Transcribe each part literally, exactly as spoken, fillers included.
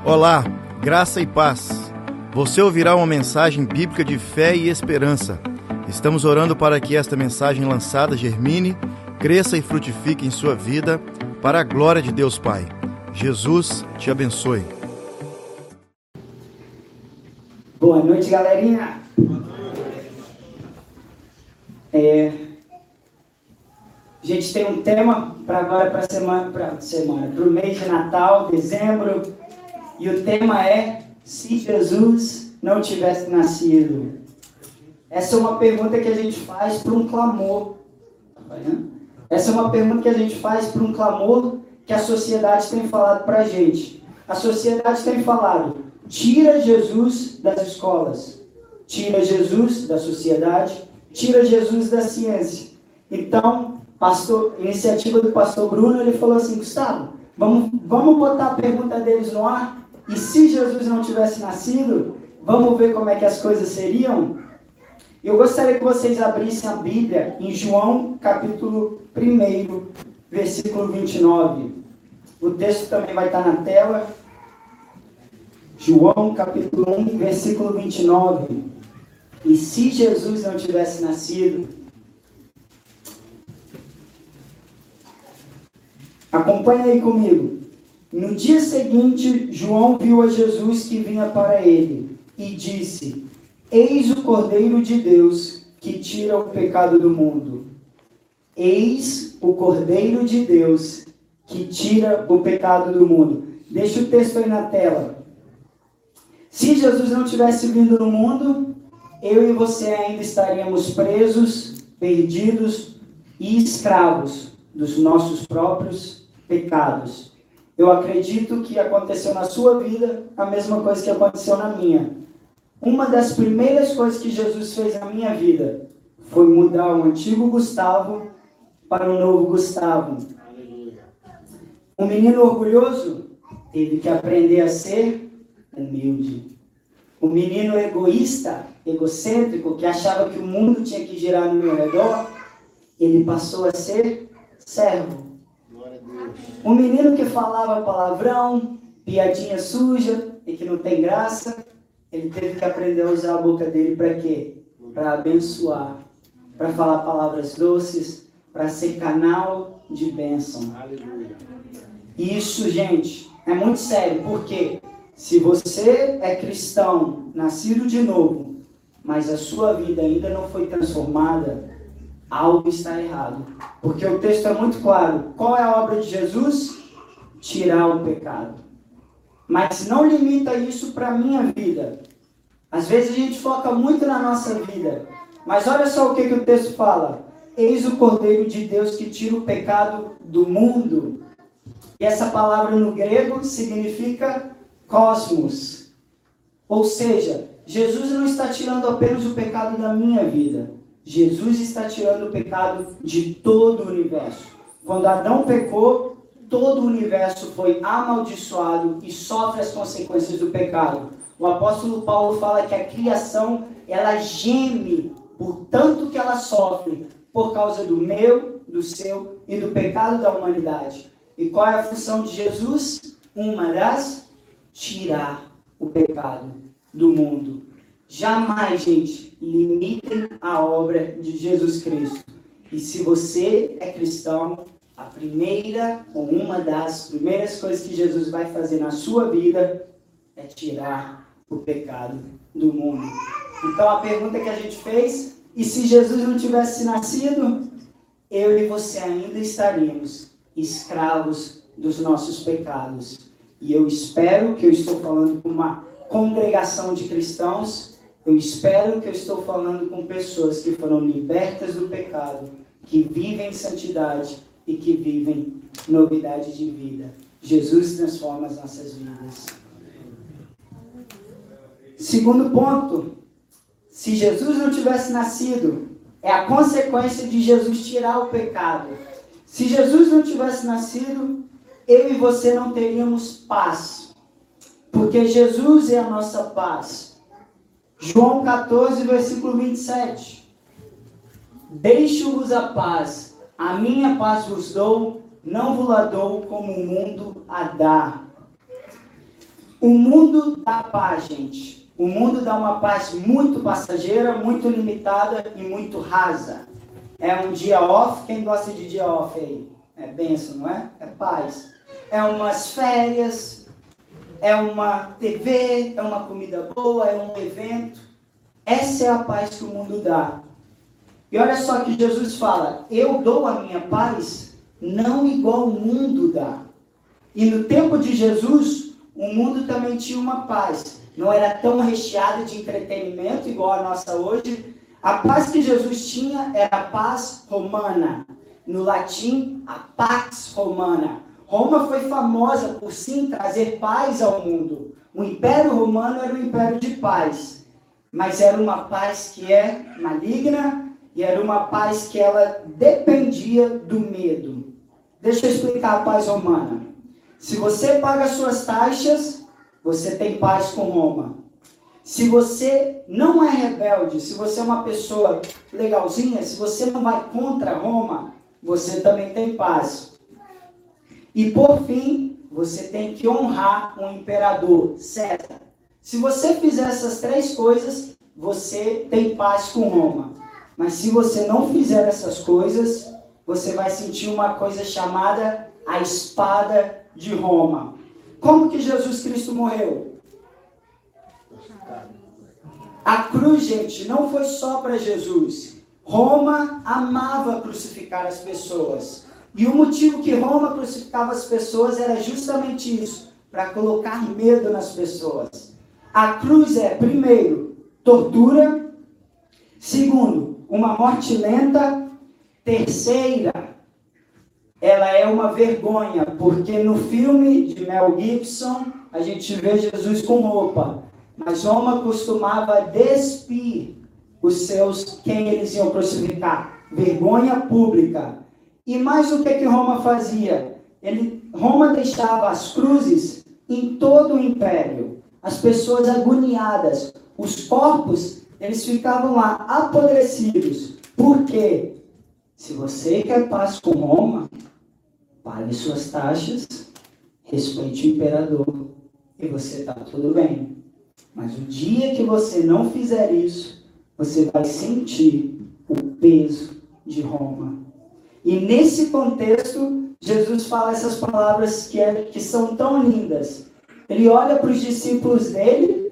Olá, graça e paz. Você ouvirá uma mensagem bíblica de fé e esperança. Estamos orando para que esta mensagem lançada germine, cresça e frutifique em sua vida, para a glória de Deus Pai. Jesus te abençoe. Boa noite, galerinha. É, a gente tem um tema para agora, para semana, para semana, para o mês de Natal, dezembro, e o tema é: se Jesus não tivesse nascido. Essa é uma pergunta que a gente faz para um clamor. Essa é uma pergunta que a gente faz para um clamor que a sociedade tem falado para a gente. A sociedade tem falado: tira Jesus das escolas, tira Jesus da sociedade, tira Jesus da ciência. Então, pastor, iniciativa do pastor Bruno, ele falou assim: Gustavo, vamos, vamos botar a pergunta deles no ar? E se Jesus não tivesse nascido, vamos ver como é que as coisas seriam? Eu gostaria que vocês abrissem a Bíblia em João, capítulo um, versículo vinte e nove. O texto também vai estar na tela. João, capítulo um, versículo vinte e nove. E se Jesus não tivesse nascido... Acompanha aí comigo. No dia seguinte, João viu a Jesus que vinha para ele e disse: Eis o Cordeiro de Deus que tira o pecado do mundo. Eis o Cordeiro de Deus que tira o pecado do mundo. Deixa o texto aí na tela. Se Jesus não tivesse vindo no mundo, eu e você ainda estaríamos presos, perdidos e escravos dos nossos próprios pecados. Eu acredito que aconteceu na sua vida a mesma coisa que aconteceu na minha. Uma das primeiras coisas que Jesus fez na minha vida foi mudar o antigo Gustavo para o novo Gustavo. Um menino orgulhoso teve que aprender a ser humilde. Um menino egoísta, egocêntrico, que achava que o mundo tinha que girar no meu redor, ele passou a ser servo. Um menino que falava palavrão, piadinha suja e que não tem graça, ele teve que aprender a usar a boca dele para quê? Para abençoar, para falar palavras doces, para ser canal de bênção. Aleluia. Isso, gente, é muito sério, porque se você é cristão, nascido de novo, mas a sua vida ainda não foi transformada, algo está errado. Porque o texto é muito claro. Qual é a obra de Jesus? Tirar o pecado. Mas não limita isso para a minha vida. Às vezes a gente foca muito na nossa vida. Mas olha só o que, que o texto fala. Eis o Cordeiro de Deus que tira o pecado do mundo. E essa palavra no grego significa cosmos. Ou seja, Jesus não está tirando apenas o pecado da minha vida. Jesus está tirando o pecado de todo o universo. Quando Adão pecou, todo o universo foi amaldiçoado e sofre as consequências do pecado. O apóstolo Paulo fala que a criação, ela geme por tanto que ela sofre por causa do meu, do seu e do pecado da humanidade. E qual é a função de Jesus? Uma das: tirar o pecado do mundo. Jamais, gente, limitem a obra de Jesus Cristo. E se você é cristão, a primeira ou uma das primeiras coisas que Jesus vai fazer na sua vida é tirar o pecado do mundo. Então a pergunta que a gente fez: e se Jesus não tivesse nascido, eu e você ainda estaríamos escravos dos nossos pecados. E eu espero que eu estou falando com uma congregação de cristãos. Eu espero que eu estou falando com pessoas que foram libertas do pecado, que vivem santidade e que vivem novidade de vida. Jesus transforma as nossas vidas. Segundo ponto, se Jesus não tivesse nascido, é a consequência de Jesus tirar o pecado. Se Jesus não tivesse nascido, eu e você não teríamos paz, porque Jesus é a nossa paz. João catorze, versículo vinte e sete. Deixo-vos a paz, a minha paz vos dou, não vos la dou como o mundo a dá. O mundo dá paz, gente. O mundo dá uma paz muito passageira, muito limitada e muito rasa. É um dia off, quem gosta de dia off aí? É bênção, não é? É paz. É umas férias, é uma T V, é uma comida boa, é um evento. Essa é a paz que o mundo dá. E olha só que Jesus fala, eu dou a minha paz, não igual o mundo dá. E no tempo de Jesus, o mundo também tinha uma paz. Não era tão recheada de entretenimento igual a nossa hoje. A paz que Jesus tinha era a paz romana. No latim, a pax romana. Roma foi famosa por sim trazer paz ao mundo. O Império Romano era um império de paz. Mas era uma paz que é maligna e era uma paz que ela dependia do medo. Deixa eu explicar a paz romana. Se você paga suas taxas, você tem paz com Roma. Se você não é rebelde, se você é uma pessoa legalzinha, se você não vai contra Roma, você também tem paz. E por fim, você tem que honrar o imperador, César. Se você fizer essas três coisas, você tem paz com Roma. Mas se você não fizer essas coisas, você vai sentir uma coisa chamada a espada de Roma. Como que Jesus Cristo morreu? A cruz, gente, não foi só para Jesus. Roma amava crucificar as pessoas. E o motivo que Roma crucificava as pessoas era justamente isso, para colocar medo nas pessoas. A cruz é, primeiro, tortura. Segundo, uma morte lenta. Terceira, ela é uma vergonha, porque no filme de Mel Gibson, a gente vê Jesus com roupa. Mas Roma costumava despir os seus, quem eles iam crucificar. Vergonha pública. E mais o que que Roma fazia? Ele, Roma deixava as cruzes em todo o império. As pessoas agoniadas. Os corpos, eles ficavam lá apodrecidos. Por quê? Se você quer paz com Roma, pague suas taxas, respeite o imperador e você está tudo bem. Mas o dia que você não fizer isso, você vai sentir o peso de Roma. E nesse contexto, Jesus fala essas palavras que, é, que são tão lindas. Ele olha para os discípulos dele,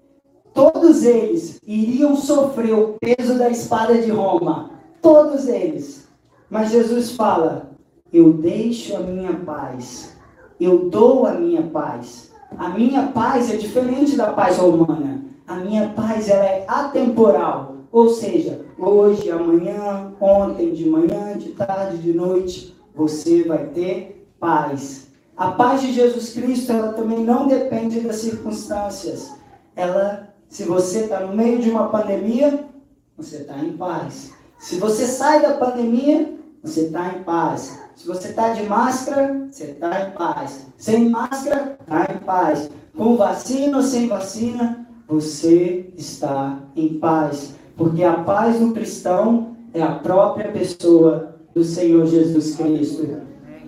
todos eles iriam sofrer o peso da espada de Roma. Todos eles. Mas Jesus fala, eu deixo a minha paz. Eu dou a minha paz. A minha paz é diferente da paz romana. A minha paz ela é atemporal. Ou seja, hoje, amanhã, ontem, de manhã, de tarde, de noite, você vai ter paz. A paz de Jesus Cristo, ela também não depende das circunstâncias. Ela, se você está no meio de uma pandemia, você está em paz. Se você sai da pandemia, você está em paz. Se você está de máscara, você está em paz. Sem máscara, está em paz. Com vacina ou sem vacina, você está em paz. Porque a paz do cristão é a própria pessoa do Senhor Jesus Cristo.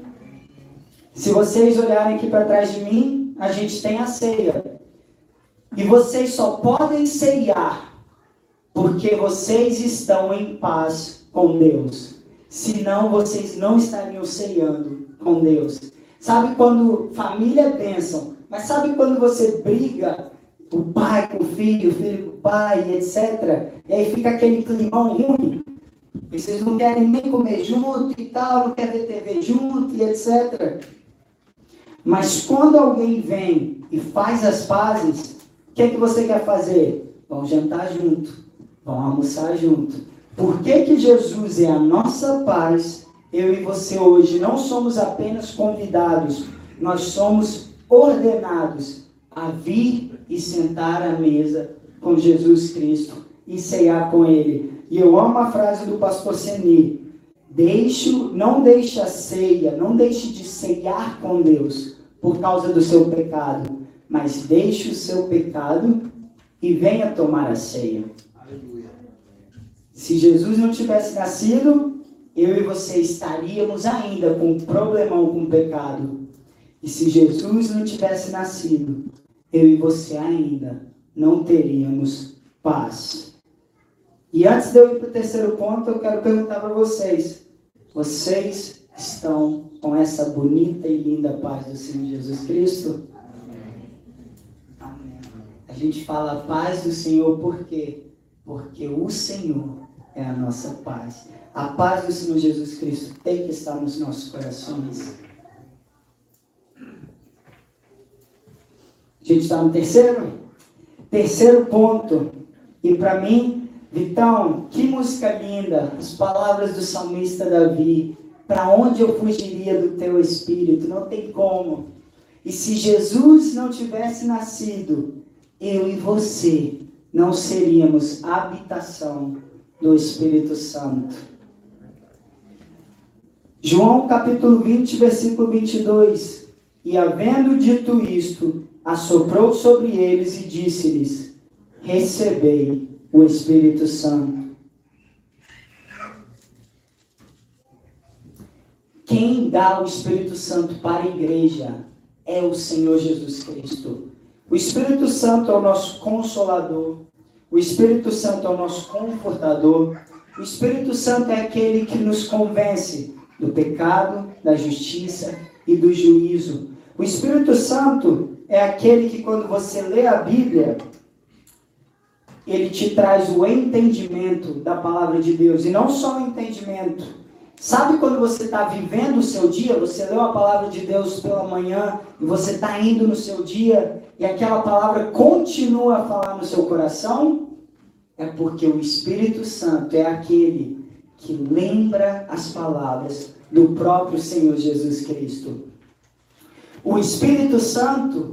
Se vocês olharem aqui para trás de mim, a gente tem a ceia. E vocês só podem ceiar porque vocês estão em paz com Deus. Senão vocês não estariam ceando com Deus. Sabe quando família é bênção, mas sabe quando você briga, o pai com o filho, o filho com o pai, etcétera. E aí fica aquele climão ruim. E vocês não querem nem comer junto e tal, não querem ver T V junto e etcétera. Mas quando alguém vem e faz as pazes, o que é que você quer fazer? Vão jantar junto, vão almoçar junto. Por que que Jesus é a nossa paz? Eu e você hoje não somos apenas convidados, nós somos ordenados a vir e sentar à mesa com Jesus Cristo e ceiar com Ele. E eu amo a frase do pastor Seni. Deixo, não deixe a ceia, não deixe de ceiar com Deus por causa do seu pecado, mas deixe o seu pecado e venha tomar a ceia. Se Jesus não tivesse nascido, eu e você estaríamos ainda com um problemão com o pecado. E se Jesus não tivesse nascido, eu e você ainda não teríamos paz. E antes de eu ir para o terceiro ponto, eu quero perguntar para vocês. Vocês estão com essa bonita e linda paz do Senhor Jesus Cristo? Amém. A gente fala paz do Senhor por quê? Porque o Senhor é a nossa paz. A paz do Senhor Jesus Cristo tem que estar nos nossos corações. A gente está no terceiro? Terceiro ponto. E para mim, Vitão, que música linda. As palavras do salmista Davi. Para onde eu fugiria do teu espírito? Não tem como. E se Jesus não tivesse nascido, eu e você não seríamos a habitação do Espírito Santo. João capítulo vinte, versículo vinte e dois. E havendo dito isto, assoprou sobre eles e disse-lhes: recebei o Espírito Santo. Quem dá o Espírito Santo para a igreja é o Senhor Jesus Cristo. O Espírito Santo é o nosso consolador. O Espírito Santo é o nosso confortador. O Espírito Santo é aquele que nos convence do pecado, da justiça e do juízo. O Espírito Santo é aquele que, quando você lê a Bíblia, ele te traz o entendimento da palavra de Deus. E não só o entendimento. Sabe quando você está vivendo o seu dia, você leu a palavra de Deus pela manhã, e você está indo no seu dia, e aquela palavra continua a falar no seu coração? É porque o Espírito Santo é aquele que lembra as palavras do próprio Senhor Jesus Cristo. O Espírito Santo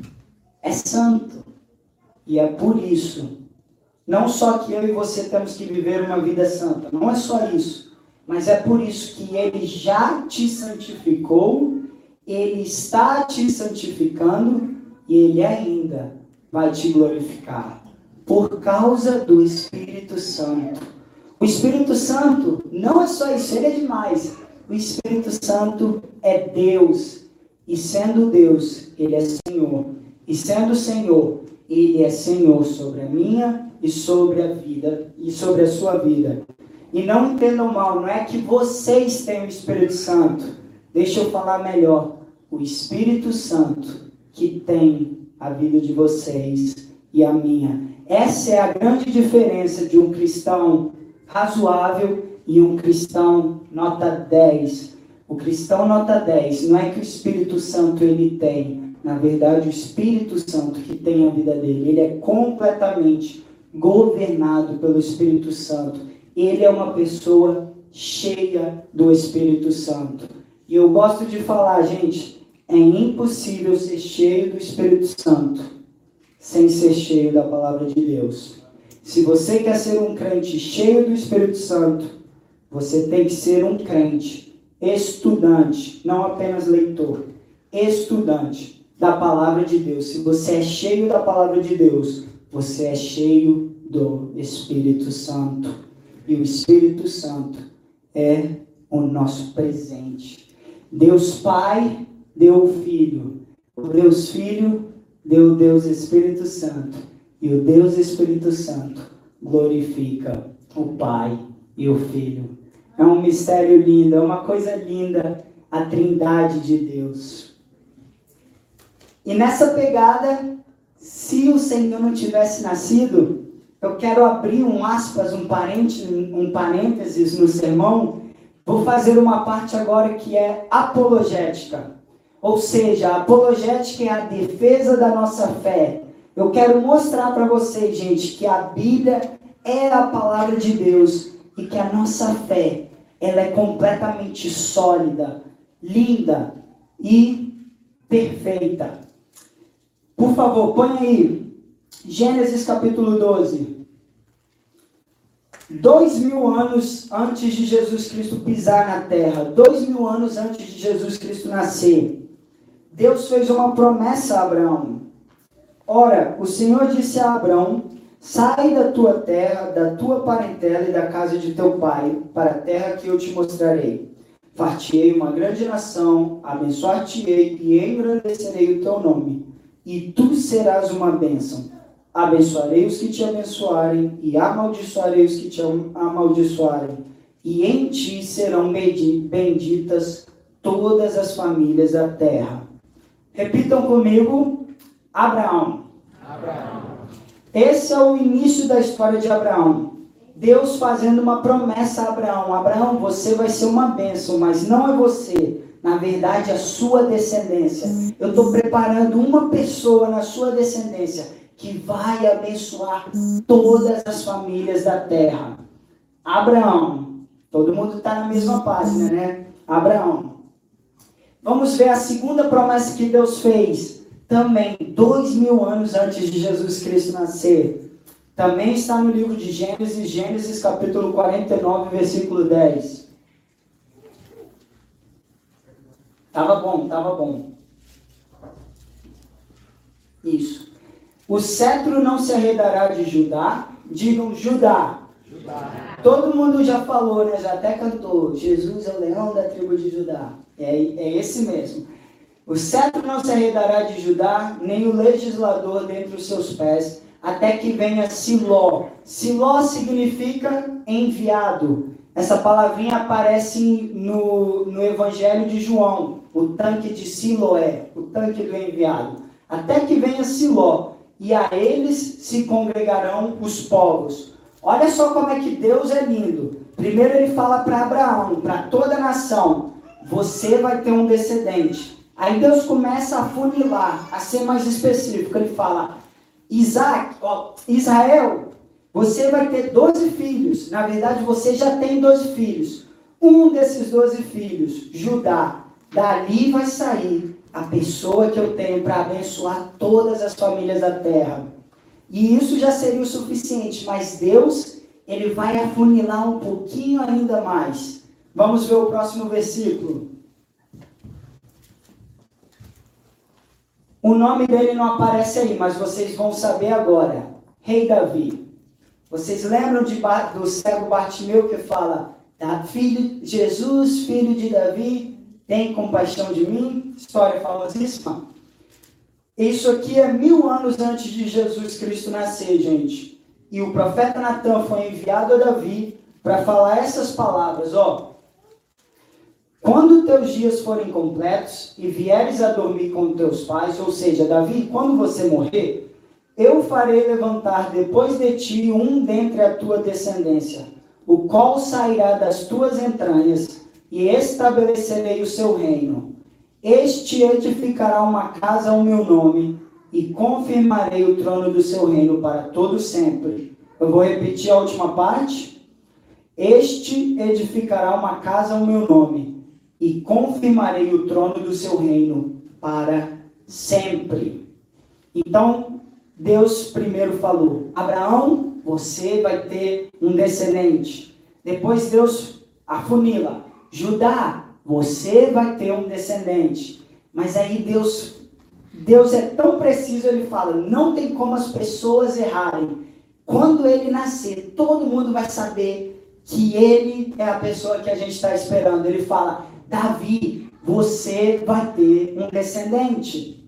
é santo. E é por isso, não só que eu e você temos que viver uma vida santa, não é só isso, mas é por isso que Ele já te santificou, Ele está te santificando e Ele ainda vai te glorificar. Por causa do Espírito Santo. O Espírito Santo não é só isso, Ele é demais. O Espírito Santo é Deus. E sendo Deus, Ele é Senhor. E sendo Senhor, Ele é Senhor sobre a minha e sobre a vida, e sobre a sua vida. E não entendam mal, não é que vocês têm o Espírito Santo. Deixa eu falar melhor. O Espírito Santo que tem a vida de vocês e a minha. Essa é a grande diferença de um cristão razoável e um cristão nota dez. O cristão nota dez não é que o Espírito Santo ele tem. Na verdade, o Espírito Santo que tem a vida dele, ele é completamente governado pelo Espírito Santo. Ele é uma pessoa cheia do Espírito Santo. E eu gosto de falar, gente, é impossível ser cheio do Espírito Santo sem ser cheio da palavra de Deus. Se você quer ser um crente cheio do Espírito Santo, você tem que ser um crente estudante, não apenas leitor, estudante da palavra de Deus. Se você é cheio da palavra de Deus, você é cheio do Espírito Santo. E o Espírito Santo é o nosso presente. Deus Pai deu o Filho. O Deus Filho deu o Deus Espírito Santo. E o Deus Espírito Santo glorifica o Pai e o Filho. É um mistério lindo, é uma coisa linda, a Trindade de Deus. E nessa pegada, se o Senhor não tivesse nascido, eu quero abrir um aspas, um, parente, um parênteses no sermão. Vou fazer uma parte agora que é apologética. Ou seja, a apologética é a defesa da nossa fé. Eu quero mostrar para vocês, gente, que a Bíblia é a palavra de Deus e que a nossa fé, ela é completamente sólida, linda e perfeita. Por favor, põe aí Gênesis capítulo doze. Dois mil anos antes de Jesus Cristo pisar na terra, dois mil anos antes de Jesus Cristo nascer, Deus fez uma promessa a Abraão. Ora, o Senhor disse a Abraão: sai da tua terra, da tua parentela e da casa de teu pai, para a terra que eu te mostrarei. Far-te-ei uma grande nação, abençoar-te-ei e engrandecerei o teu nome. e tu serás uma bênção. Abençoarei os que te abençoarem, e amaldiçoarei os que te amaldiçoarem. E em ti serão benditas todas as famílias da terra. Repitam comigo, Abraão. Abraão. Esse é o início da história de Abraão. Deus fazendo uma promessa a Abraão. Abraão, você vai ser uma bênção, mas não é você. Na verdade, a sua descendência. Eu estou preparando uma pessoa na sua descendência que vai abençoar todas as famílias da terra. Abraão. Todo mundo está na mesma página, né? Abraão. Vamos ver a segunda promessa que Deus fez. Também, dois mil anos antes de Jesus Cristo nascer. Também está no livro de Gênesis, Gênesis capítulo quarenta e nove, versículo dez. Tava bom, tava bom. Isso. O cetro não se arredará de Judá. Digam Judá. Judá. Todo mundo já falou, né? Já até cantou. Jesus é o leão da tribo de Judá. É, é esse mesmo. O cetro não se arredará de Judá, nem o legislador dentre os seus pés, até que venha Siló. Siló significa enviado. Essa palavrinha aparece no, no Evangelho de João. O tanque de Siloé, o tanque do enviado. Até que venha Siló, e a eles se congregarão os povos. Olha só como é que Deus é lindo. Primeiro ele fala para Abraão, para toda a nação, você vai ter um descendente. Aí Deus começa a funilar, a ser mais específico. Ele fala, Isaac, ó, Israel, você vai ter doze filhos. Na verdade, você já tem doze filhos. Um desses doze filhos, Judá, dali vai sair a pessoa que eu tenho para abençoar todas as famílias da terra. E isso já seria o suficiente, mas Deus, ele vai afunilar um pouquinho ainda mais. Vamos ver o próximo versículo. O nome dele não aparece aí, mas vocês vão saber agora. Rei Davi. Vocês lembram de, do cego Bartimeu que fala, tá, filho, Jesus, filho de Davi, tem compaixão de mim? História famosíssima. Isso aqui é mil anos antes de Jesus Cristo nascer, gente. E o profeta Natan foi enviado a Davi para falar essas palavras, ó. Quando teus dias forem completos e vieres a dormir com teus pais, ou seja, Davi, quando você morrer, eu farei levantar depois de ti um dentre a tua descendência, o qual sairá das tuas entranhas, e estabelecerei o seu reino. Este edificará uma casa ao meu nome, e confirmarei o trono do seu reino para todo sempre. Eu vou repetir a última parte. Este edificará uma casa ao meu nome, e confirmarei o trono do seu reino para sempre. Então, Deus primeiro falou, Abraão, você vai ter um descendente. Depois Deus afunila, Judá, você vai ter um descendente. Mas aí Deus, Deus é tão preciso, ele fala, não tem como as pessoas errarem. Quando ele nascer, todo mundo vai saber que ele é a pessoa que a gente está esperando. Ele fala, Davi, você vai ter um descendente.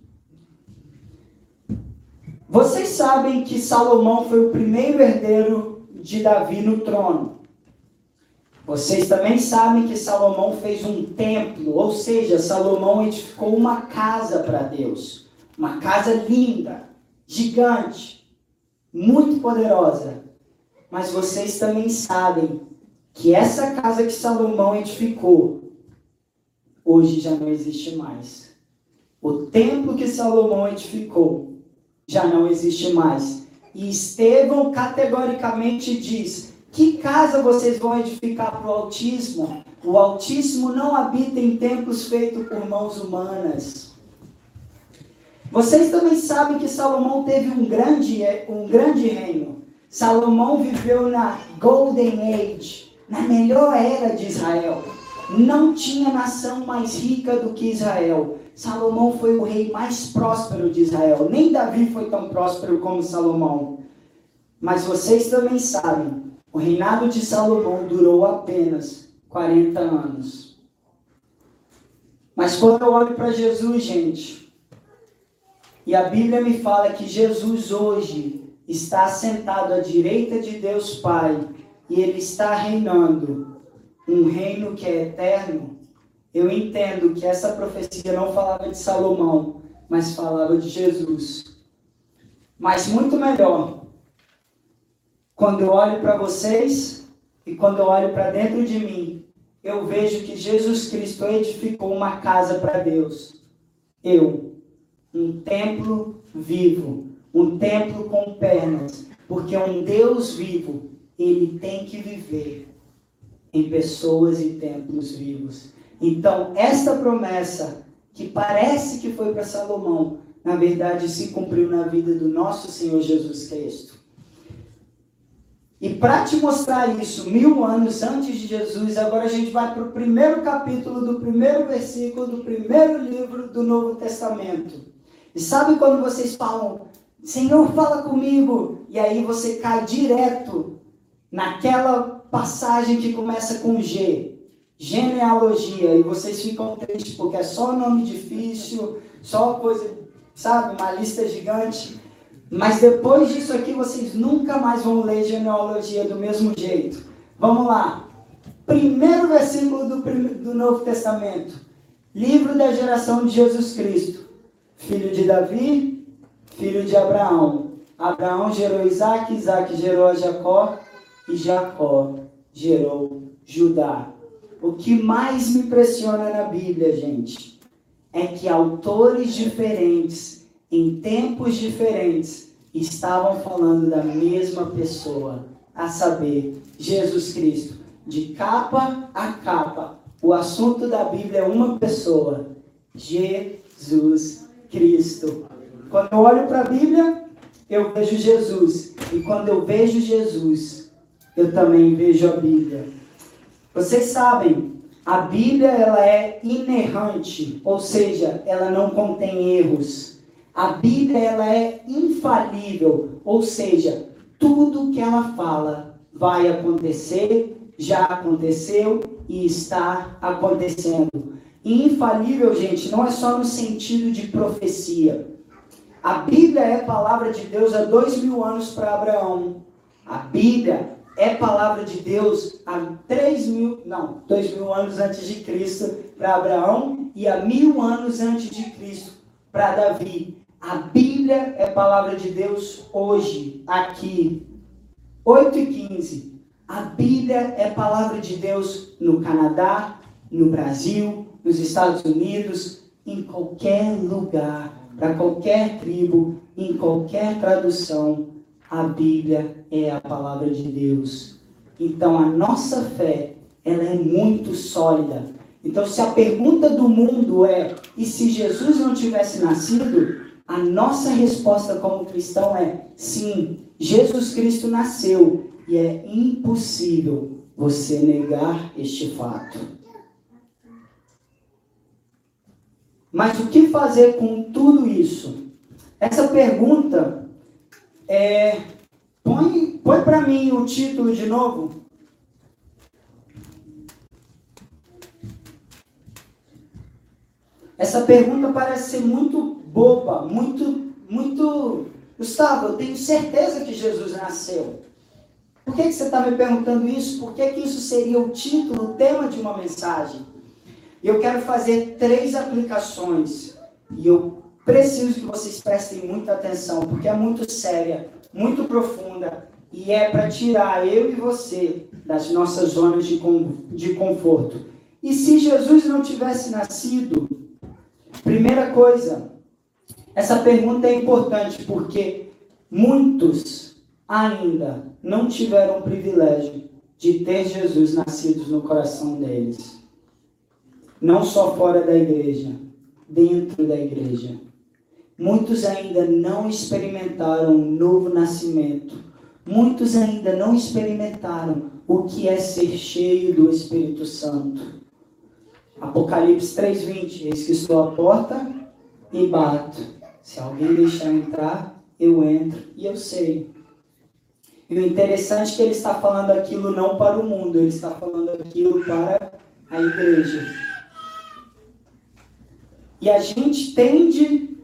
Vocês sabem que Salomão foi o primeiro herdeiro de Davi no trono. Vocês também sabem que Salomão fez um templo, ou seja, Salomão edificou uma casa para Deus. Uma casa linda, gigante, muito poderosa. Mas vocês também sabem que essa casa que Salomão edificou, hoje já não existe mais. O templo que Salomão edificou já não existe mais. E Estevão categoricamente diz, que casa vocês vão edificar para o Altíssimo? O Altíssimo não habita em templos feitos por mãos humanas. Vocês também sabem que Salomão teve um grande, um grande reino. Salomão viveu na Golden Age, na melhor era de Israel. Não tinha nação mais rica do que Israel. Salomão foi o rei mais próspero de Israel. Nem Davi foi tão próspero como Salomão. Mas vocês também sabem, o reinado de Salomão durou apenas quarenta anos. Mas quando eu olho para Jesus, gente, E a Bíblia me fala que Jesus hoje está sentado à direita de Deus Pai e Ele está reinando um reino que é eterno. Eu entendo que essa profecia não falava de Salomão, mas falava de Jesus. Mas muito melhor, quando eu olho para vocês e quando eu olho para dentro de mim, eu vejo que Jesus Cristo edificou uma casa para Deus. Eu, um templo vivo, um templo com pernas, porque um Deus vivo, ele tem que viver em pessoas e templos vivos. Então, esta promessa, que parece que foi para Salomão, na verdade se cumpriu na vida do nosso Senhor Jesus Cristo. E para te mostrar isso, mil anos antes de Jesus, agora a gente vai para o primeiro capítulo do primeiro versículo do primeiro livro do Novo Testamento. E sabe quando vocês falam, Senhor, fala comigo, e aí você cai direto naquela passagem que começa com G, genealogia, e vocês ficam tristes porque é só nome difícil, só coisa, sabe, uma lista gigante. Mas depois disso aqui, vocês nunca mais vão ler genealogia do mesmo jeito. Vamos lá. Primeiro versículo do, do Novo Testamento. Livro da geração de Jesus Cristo. Filho de Davi, filho de Abraão. Abraão gerou Isaac, Isaac gerou a Jacó, e Jacó gerou Judá. O que mais me impressiona na Bíblia, gente, é que autores diferentes, em tempos diferentes, estavam falando da mesma pessoa, a saber, Jesus Cristo. De capa a capa, o assunto da Bíblia é uma pessoa, Jesus Cristo. Quando eu olho para a Bíblia, eu vejo Jesus. E quando eu vejo Jesus, eu também vejo a Bíblia. Vocês sabem, a Bíblia ela é inerrante, ou seja, ela não contém erros. A Bíblia ela é infalível, ou seja, tudo que ela fala vai acontecer, já aconteceu e está acontecendo. E infalível, gente, não é só no sentido de profecia. A Bíblia é palavra de Deus há dois mil anos para Abraão. A Bíblia é palavra de Deus há três mil, não, dois mil anos antes de Cristo para Abraão e há mil anos antes de Cristo para Davi. A Bíblia é palavra de Deus hoje, aqui, oito e quinze. A Bíblia é palavra de Deus no Canadá, no Brasil, nos Estados Unidos, em qualquer lugar, para qualquer tribo, em qualquer tradução. A Bíblia é a palavra de Deus. Então a nossa fé, ela é muito sólida. Então se a pergunta do mundo é, e se Jesus não tivesse nascido? A nossa resposta como cristão é, sim, Jesus Cristo nasceu. E é impossível você negar este fato. Mas o que fazer com tudo isso? Essa pergunta é... Põe, põe para mim o título de novo. Essa pergunta parece ser muito boba, muito, muito... Gustavo, eu tenho certeza que Jesus nasceu. Por que, que você está me perguntando isso? Por que, que isso seria o título, o tema de uma mensagem? E eu quero fazer três aplicações. E eu preciso que vocês prestem muita atenção, porque é muito séria, muito profunda. E é para tirar eu e você das nossas zonas de, de conforto. E se Jesus não tivesse nascido? Primeira coisa, essa pergunta é importante, porque muitos ainda não tiveram o privilégio de ter Jesus nascido no coração deles. Não só fora da igreja, dentro da igreja. Muitos ainda não experimentaram um novo nascimento. Muitos ainda não experimentaram o que é ser cheio do Espírito Santo. Apocalipse três, vinte. Eis que estou à porta e bato. Se alguém deixar entrar, eu entro e eu sei. E o interessante é que ele está falando aquilo não para o mundo, ele está falando aquilo para a igreja. E a gente tende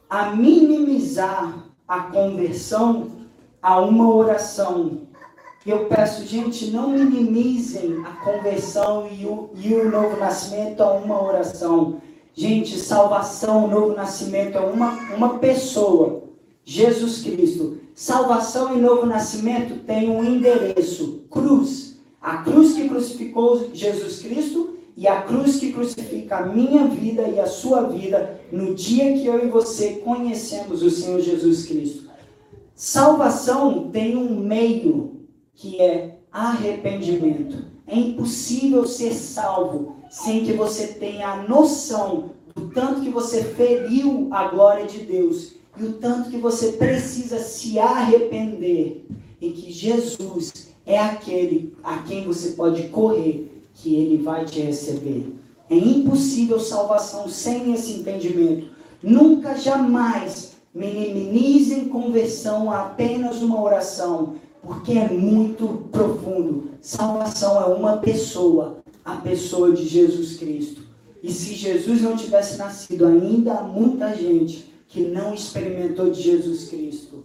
a minimizar a conversão a uma oração. Eu peço, gente, não minimizem a conversão e o, e o novo nascimento a uma oração. Gente, salvação, novo nascimento é uma, uma pessoa, Jesus Cristo. Salvação e novo nascimento tem um endereço, cruz. A cruz que crucificou Jesus Cristo e a cruz que crucifica a minha vida e a sua vida no dia que eu e você conhecemos o Senhor Jesus Cristo. Salvação tem um meio que é arrependimento. É impossível ser salvo sem que você tenha a noção do tanto que você feriu a glória de Deus e o tanto que você precisa se arrepender e que Jesus é aquele a quem você pode correr, que Ele vai te receber. É impossível salvação sem esse entendimento. Nunca, jamais minimizem conversão a apenas uma oração, porque é muito profundo. Salvação é uma pessoa, a pessoa de Jesus Cristo. E se Jesus não tivesse nascido, ainda há muita gente que não experimentou de Jesus Cristo.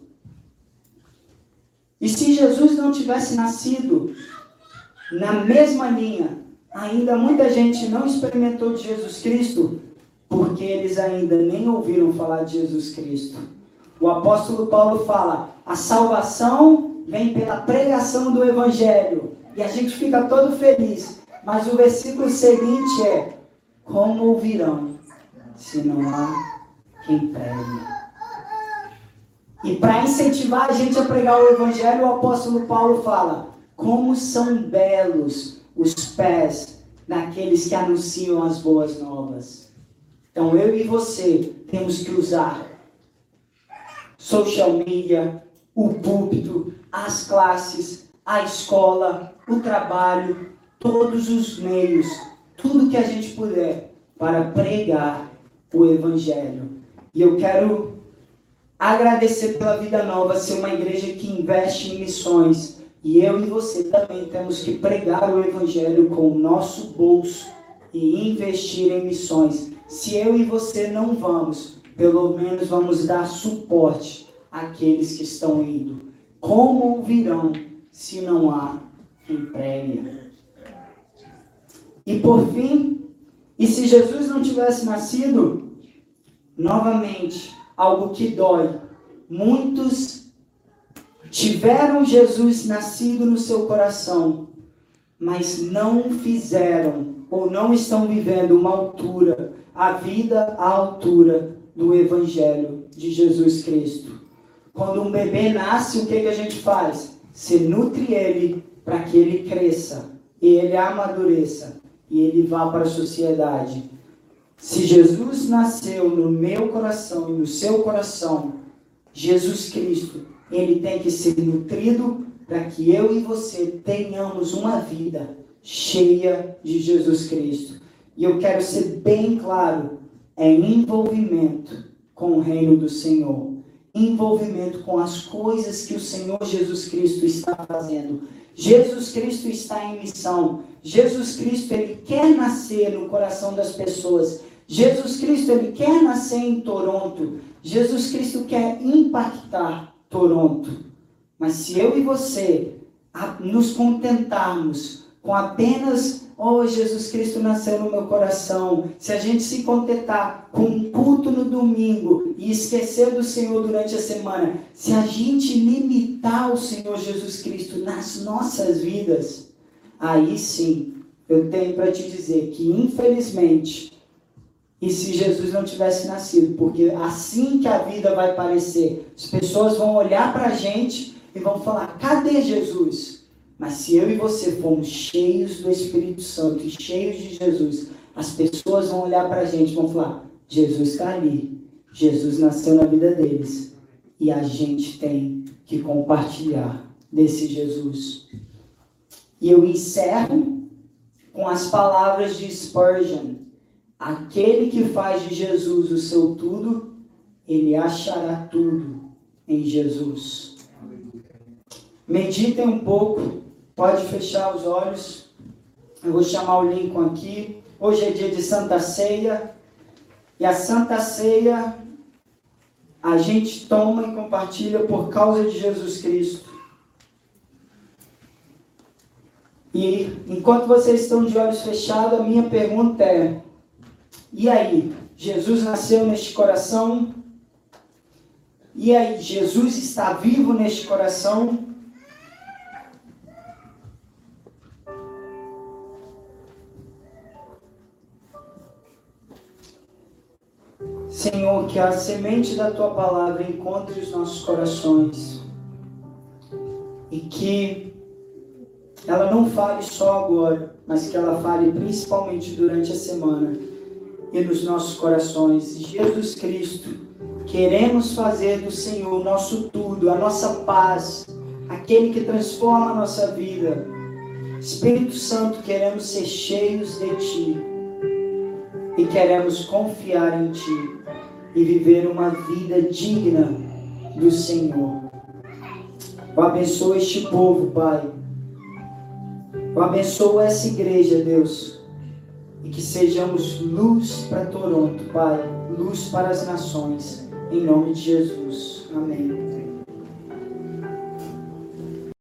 E se Jesus não tivesse nascido na mesma linha, ainda muita gente não experimentou de Jesus Cristo, porque eles ainda nem ouviram falar de Jesus Cristo. O apóstolo Paulo fala, a salvação vem pela pregação do Evangelho. E a gente fica todo feliz. Mas o versículo seguinte é, como ouvirão, se não há quem pregue? E para incentivar a gente a pregar o Evangelho, o apóstolo Paulo fala, como são belos os pés daqueles que anunciam as boas novas. Então eu e você temos que usar social media, o púlpito, as classes, a escola, o trabalho, todos os meios, tudo que a gente puder para pregar o Evangelho. E eu quero agradecer pela Vida Nova ser uma igreja que investe em missões. E eu e você também temos que pregar o Evangelho com o nosso bolso e investir em missões. Se eu e você não vamos, pelo menos vamos dar suporte àqueles que estão indo. Como ouvirão se não há quem pregue? E por fim, e se Jesus não tivesse nascido, novamente, algo que dói. Muitos tiveram Jesus nascido no seu coração, mas não fizeram ou não estão vivendo uma altura, a vida à altura do Evangelho de Jesus Cristo. Quando um bebê nasce, o que, que a gente faz? Se nutre ele para que ele cresça, e ele amadureça, e ele vá para a sociedade. Se Jesus nasceu no meu coração e no seu coração, Jesus Cristo, ele tem que ser nutrido para que eu e você tenhamos uma vida cheia de Jesus Cristo. E eu quero ser bem claro, é envolvimento com o reino do Senhor. Envolvimento com as coisas que o Senhor Jesus Cristo está fazendo. Jesus Cristo está em missão. Jesus Cristo, ele quer nascer no coração das pessoas. Jesus Cristo, ele quer nascer em Toronto. Jesus Cristo quer impactar Toronto. Mas se eu e você nos contentarmos com apenas, oh, Jesus Cristo nasceu no meu coração, se a gente se contentar com um culto no domingo e esquecer do Senhor durante a semana, se a gente limitar o Senhor Jesus Cristo nas nossas vidas, aí sim, eu tenho para te dizer que infelizmente, e se Jesus não tivesse nascido, porque assim que a vida vai parecer, as pessoas vão olhar para a gente e vão falar, cadê Jesus? Mas se eu e você formos cheios do Espírito Santo e cheios de Jesus, as pessoas vão olhar para a gente e vão falar, Jesus está ali, Jesus nasceu na vida deles, e a gente tem que compartilhar desse Jesus. E eu encerro com as palavras de Spurgeon, aquele que faz de Jesus o seu tudo, ele achará tudo em Jesus. Meditem um pouco, pode fechar os olhos. Eu vou chamar o Lincoln aqui. Hoje é dia de Santa Ceia. E a Santa Ceia a gente toma e compartilha por causa de Jesus Cristo. E enquanto vocês estão de olhos fechados, a minha pergunta é: e aí? Jesus nasceu neste coração? E aí? Jesus está vivo neste coração? Senhor, que a semente da Tua Palavra encontre os nossos corações e que ela não fale só agora, mas que ela fale principalmente durante a semana e nos nossos corações. Jesus Cristo, queremos fazer do Senhor o nosso tudo, a nossa paz, aquele que transforma a nossa vida. Espírito Santo, queremos ser cheios de Ti e queremos confiar em Ti e viver uma vida digna do Senhor. Eu abençoo este povo, Pai. Eu abençoo essa igreja, Deus. E que sejamos luz para Toronto, Pai. Luz para as nações. Em nome de Jesus. Amém.